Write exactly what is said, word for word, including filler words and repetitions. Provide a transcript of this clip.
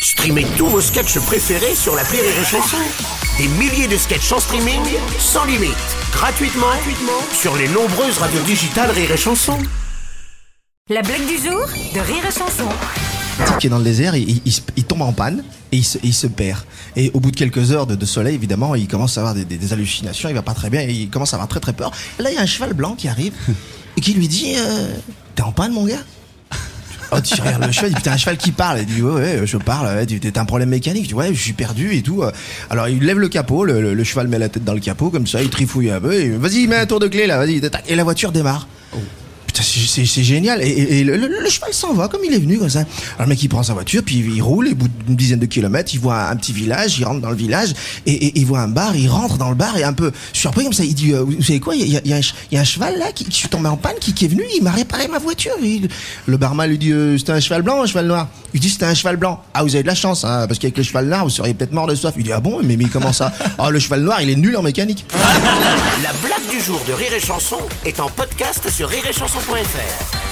Streamez tous vos sketchs préférés sur l'appli Rire et Chanson. Des milliers de sketchs en streaming, sans limite, gratuitement, gratuitement sur les nombreuses radios digitales Rire et Chanson. La blague du jour de Rire et Chanson. Un type qui est dans le désert, il, il, il, il tombe en panne et il, se, il se perd. Et au bout de quelques heures de, de soleil, évidemment, il commence à avoir des, des, des hallucinations, il va pas très bien, et il commence à avoir très très peur. Et là, il y a un cheval blanc qui arrive et qui lui dit euh, « T'es en panne, mon gars ?» Oh, tu regardes le cheval, il dit, putain, un cheval qui parle. Il dit, ouais, ouais, je parle, ouais, t'as un problème mécanique. Je dis, ouais, je suis perdu et tout. Alors, il lève le capot, le, le, le cheval met la tête dans le capot, comme ça, il trifouille un peu, et vas-y, mets un tour de clé, là, vas-y, et la voiture démarre. Oh. Putain, c'est, c'est, c'est génial. Et, et, et le, le, le cheval s'en va, comme il est venu, comme ça. Alors, le mec, il prend sa voiture, puis il roule, et au bout d'une dizaine de kilomètres, il voit un petit village, il rentre dans le village, et, et, et il voit un bar, il rentre dans le bar, et un peu surpris, comme ça, il dit, euh, vous savez quoi, il y a, il y a, un, il y a un cheval, là, qui, qui est tombé en panne, qui, qui est venu, il m'a réparé ma voiture. Et le barman lui dit, euh, c'était un cheval blanc ou un cheval noir? Il dit, c'était un cheval blanc. Ah, vous avez de la chance, hein, parce qu'avec le cheval noir, vous seriez peut-être mort de soif. Il dit, ah bon, mais, mais comment ça? Ah, le cheval noir, il est nul en mécanique. La blague du jour de Rire et Chanson est en podcast sur rire et chanson point f r.